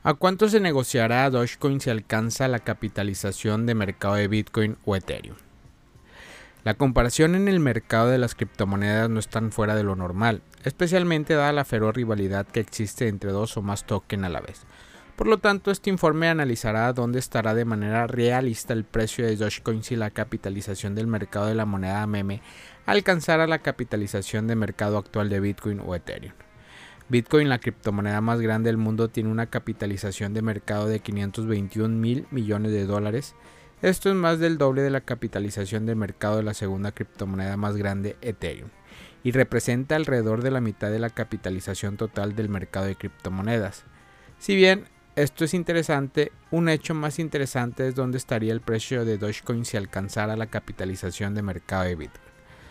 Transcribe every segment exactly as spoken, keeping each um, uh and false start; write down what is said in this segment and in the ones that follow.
¿A cuánto se negociará Dogecoin si alcanza la capitalización de mercado de Bitcoin o Ethereum? La comparación en el mercado de las criptomonedas no es tan fuera de lo normal, especialmente dada la feroz rivalidad que existe entre dos o más tokens a la vez. Por lo tanto, este informe analizará dónde estará de manera realista el precio de Dogecoin si la capitalización del mercado de la moneda meme alcanzara la capitalización de mercado actual de Bitcoin o Ethereum. Bitcoin, la criptomoneda más grande del mundo, tiene una capitalización de mercado de quinientos veintiún mil millones de dólares. Esto es más del doble de la capitalización de mercado de la segunda criptomoneda más grande, Ethereum, y representa alrededor de la mitad de la capitalización total del mercado de criptomonedas. Si bien esto es interesante, un hecho más interesante es dónde estaría el precio de Dogecoin si alcanzara la capitalización de mercado de Bitcoin.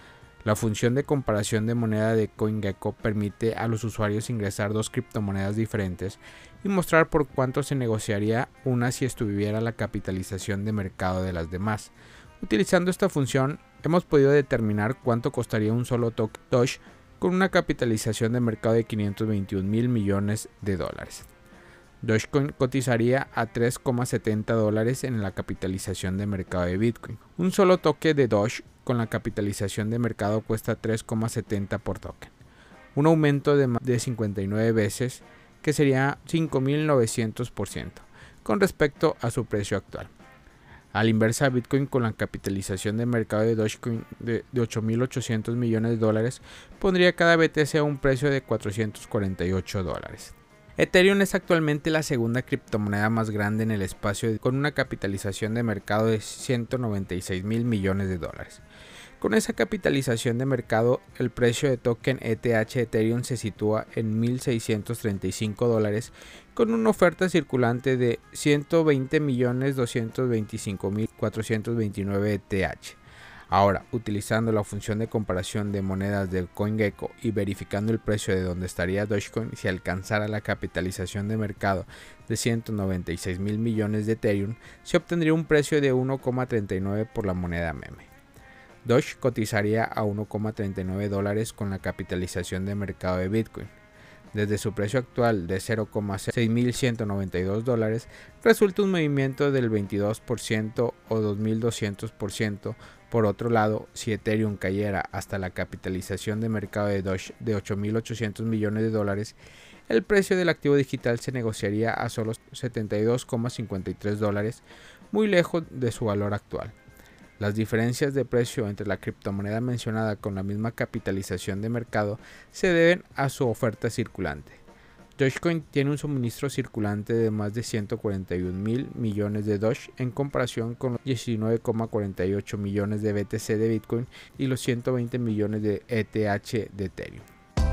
La función de comparación de moneda de CoinGecko permite a los usuarios ingresar dos criptomonedas diferentes y mostrar por cuánto se negociaría una si estuviera la capitalización de mercado de las demás. Utilizando esta función, hemos podido determinar cuánto costaría un solo token Doge con una capitalización de mercado de quinientos veintiún mil millones de dólares. Dogecoin cotizaría a tres coma setenta dólares en la capitalización de mercado de Bitcoin. Un solo token de Doge con la capitalización de mercado cuesta tres coma setenta por token, un aumento de más de cincuenta y nueve veces, que sería cinco mil novecientos por ciento con respecto a su precio actual. A la inversa, Bitcoin con la capitalización de mercado de Dogecoin de, de ocho mil ochocientos millones de dólares pondría cada B T C a un precio de cuatrocientos cuarenta y ocho dólares. Ethereum es actualmente la segunda criptomoneda más grande en el espacio con una capitalización de mercado de ciento noventa y seis mil millones de dólares. Con esa capitalización de mercado, el precio de token E T H Ethereum se sitúa en mil seiscientos treinta y cinco dólares con una oferta circulante de ciento veinte millones doscientos veinticinco mil cuatrocientos veintinueve E T H. Ahora, utilizando la función de comparación de monedas de CoinGecko y verificando el precio de donde estaría Dogecoin si alcanzara la capitalización de mercado de ciento noventa y seis mil millones de Ethereum, se obtendría un precio de uno coma treinta y nueve por la moneda meme. Doge cotizaría a uno coma treinta y nueve dólares con la capitalización de mercado de Bitcoin. Desde su precio actual de cero coma seis mil ciento noventa y dos dólares, resulta un movimiento del veintidós por ciento o dos mil doscientos por ciento. Por otro lado, si Ethereum cayera hasta la capitalización de mercado de Doge de ocho mil ochocientos millones de dólares, el precio del activo digital se negociaría a solo setenta y dos coma cincuenta y tres dólares, muy lejos de su valor actual. Las diferencias de precio entre la criptomoneda mencionada con la misma capitalización de mercado se deben a su oferta circulante. Dogecoin tiene un suministro circulante de más de ciento cuarenta y un mil millones de Doge en comparación con los diecinueve coma cuarenta y ocho millones de B T C de Bitcoin y los ciento veinte millones de E T H de Ethereum.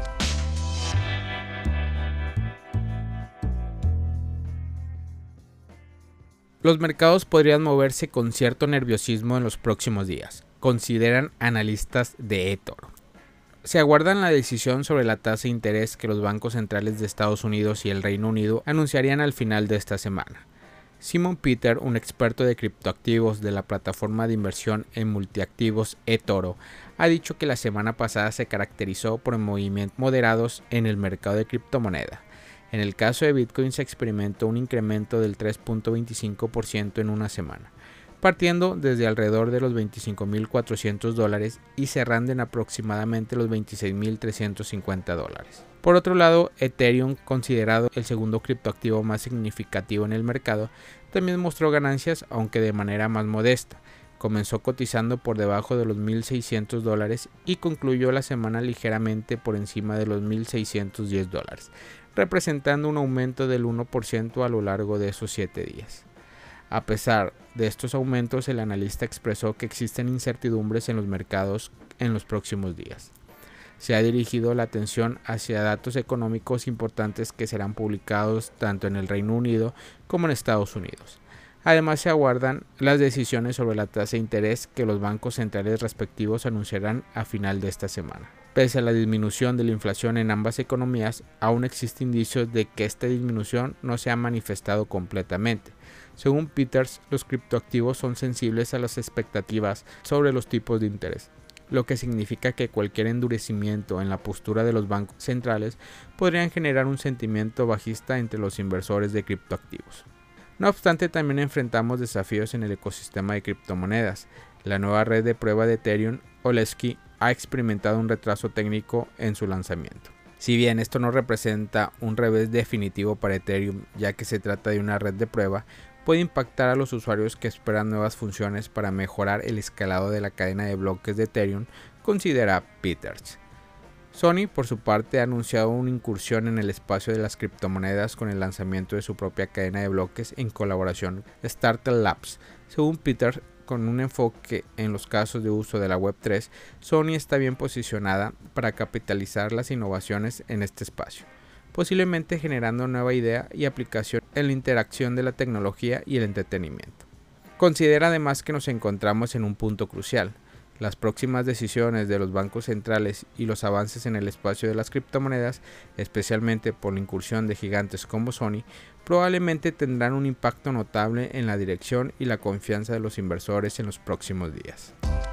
Los mercados podrían moverse con cierto nerviosismo en los próximos días, consideran analistas de eToro. Se aguardan la decisión sobre la tasa de interés que los bancos centrales de Estados Unidos y el Reino Unido anunciarían al final de esta semana. Simon Peter, un experto de criptoactivos de la plataforma de inversión en multiactivos eToro, ha dicho que la semana pasada se caracterizó por movimientos moderados en el mercado de criptomoneda. En el caso de Bitcoin se experimentó un incremento del tres punto veinticinco por ciento en una semana, partiendo desde alrededor de los veinticinco mil cuatrocientos dólares y cerrando en aproximadamente los veintiséis mil trescientos cincuenta dólares. Por otro lado, Ethereum, considerado el segundo criptoactivo más significativo en el mercado, también mostró ganancias, aunque de manera más modesta. Comenzó cotizando por debajo de los mil seiscientos dólares y concluyó la semana ligeramente por encima de los mil seiscientos diez dólares, representando un aumento del uno por ciento a lo largo de esos siete días. A pesar de estos aumentos, el analista expresó que existen incertidumbres en los mercados en los próximos días. Se ha dirigido la atención hacia datos económicos importantes que serán publicados tanto en el Reino Unido como en Estados Unidos. Además, se aguardan las decisiones sobre la tasa de interés que los bancos centrales respectivos anunciarán a final de esta semana. Pese a la disminución de la inflación en ambas economías, aún existen indicios de que esta disminución no se ha manifestado completamente. Según Peters, los criptoactivos son sensibles a las expectativas sobre los tipos de interés. lo que significa que cualquier endurecimiento en la postura de los bancos centrales podrían generar un sentimiento bajista entre los inversores de criptoactivos. No obstante, también enfrentamos desafíos en el ecosistema de criptomonedas. La nueva red de prueba de Ethereum, Oleski, ha experimentado un retraso técnico en su lanzamiento. Si bien esto no representa un revés definitivo para Ethereum, ya que se trata de una red de prueba, puede impactar a los usuarios que esperan nuevas funciones para mejorar el escalado de la cadena de bloques de Ethereum, considera Peters. Sony, por su parte, ha anunciado una incursión en el espacio de las criptomonedas con el lanzamiento de su propia cadena de bloques en colaboración con Startle Labs. Según Peters, con un enfoque en los casos de uso de la web tres, Sony está bien posicionada para capitalizar las innovaciones en este espacio, posiblemente generando nueva idea y aplicación en la interacción de la tecnología y el entretenimiento. Considera además que nos encontramos en un punto crucial. Las próximas decisiones de los bancos centrales y los avances en el espacio de las criptomonedas, especialmente por la incursión de gigantes como Sony, probablemente tendrán un impacto notable en la dirección y la confianza de los inversores en los próximos días.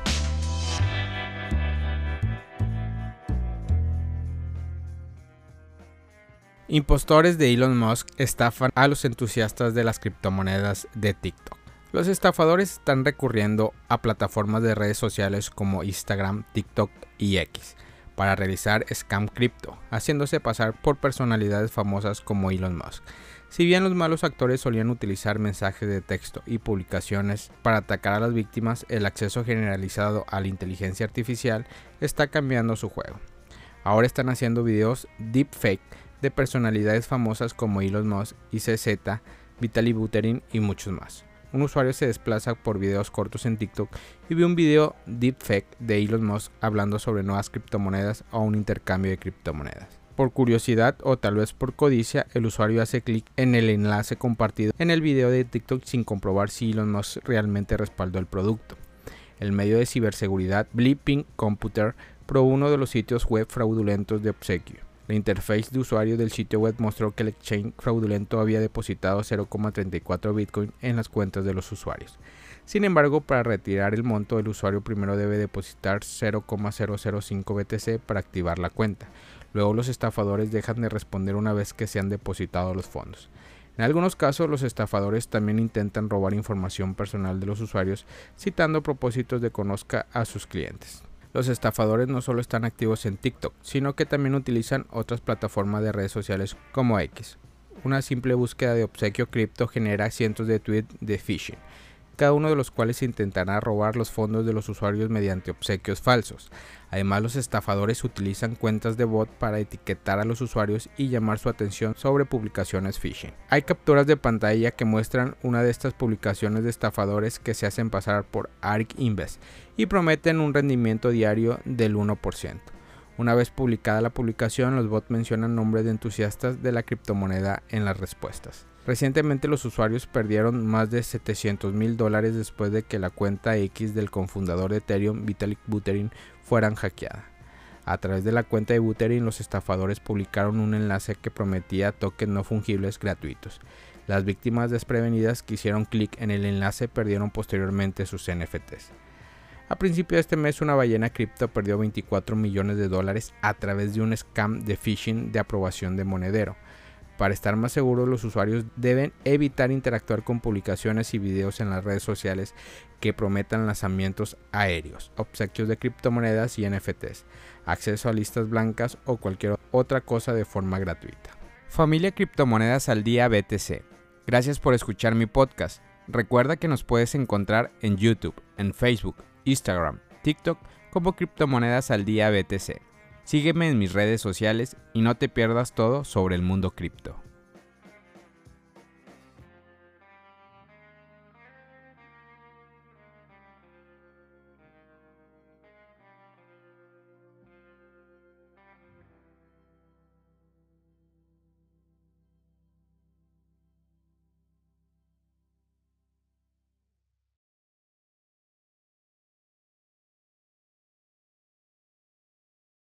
Impostores de Elon Musk estafan a los entusiastas de las criptomonedas de TikTok. Los estafadores están recurriendo a plataformas de redes sociales como Instagram, TikTok y X para realizar scam cripto, haciéndose pasar por personalidades famosas como Elon Musk. Si bien los malos actores solían utilizar mensajes de texto y publicaciones para atacar a las víctimas, el acceso generalizado a la inteligencia artificial está cambiando su juego. Ahora están haciendo videos deepfake de personalidades famosas como Elon Musk, I C Z, Vitaly Buterin y muchos más. Un usuario se desplaza por videos cortos en TikTok y ve un video deepfake de Elon Musk hablando sobre nuevas criptomonedas o un intercambio de criptomonedas. Por curiosidad o tal vez por codicia, el usuario hace clic en el enlace compartido en el video de TikTok sin comprobar si Elon Musk realmente respaldó el producto. El medio de ciberseguridad Bleeping Computer probó uno de los sitios web fraudulentos de obsequio. La interfaz de usuario del sitio web mostró que el exchange fraudulento había depositado cero coma treinta y cuatro Bitcoin en las cuentas de los usuarios. Sin embargo, para retirar el monto, el usuario primero debe depositar cero coma cero cero cinco B T C para activar la cuenta. Luego los estafadores dejan de responder una vez que se han depositado los fondos. En algunos casos, los estafadores también intentan robar información personal de los usuarios, citando propósitos de conozca a sus clientes. Los estafadores no solo están activos en TikTok, sino que también utilizan otras plataformas de redes sociales como X. Una simple búsqueda de obsequio cripto genera cientos de tweets de phishing, cada uno de los cuales intentará robar los fondos de los usuarios mediante obsequios falsos. Además, los estafadores utilizan cuentas de bot para etiquetar a los usuarios y llamar su atención sobre publicaciones phishing. Hay capturas de pantalla que muestran una de estas publicaciones de estafadores que se hacen pasar por ARK Invest y prometen un rendimiento diario del uno por ciento. Una vez publicada la publicación, los bots mencionan nombres de entusiastas de la criptomoneda en las respuestas. Recientemente los usuarios perdieron más de setecientos mil dólares después de que la cuenta X del cofundador de Ethereum, Vitalik Buterin, fueran hackeada. A través de la cuenta de Buterin, los estafadores publicaron un enlace que prometía tokens no fungibles gratuitos. Las víctimas desprevenidas que hicieron clic en el enlace perdieron posteriormente sus N F Ts. A principio de este mes, una ballena cripto perdió veinticuatro millones de dólares a través de un scam de phishing de aprobación de monedero. Para estar más seguros, los usuarios deben evitar interactuar con publicaciones y videos en las redes sociales que prometan lanzamientos aéreos, obsequios de criptomonedas y N F Ts, acceso a listas blancas o cualquier otra cosa de forma gratuita. Familia Criptomonedas al Día B T C. Gracias por escuchar mi podcast. Recuerda que nos puedes encontrar en YouTube, en Facebook, Instagram, TikTok como Criptomonedas al Día B T C. Sígueme en mis redes sociales y no te pierdas todo sobre el mundo cripto.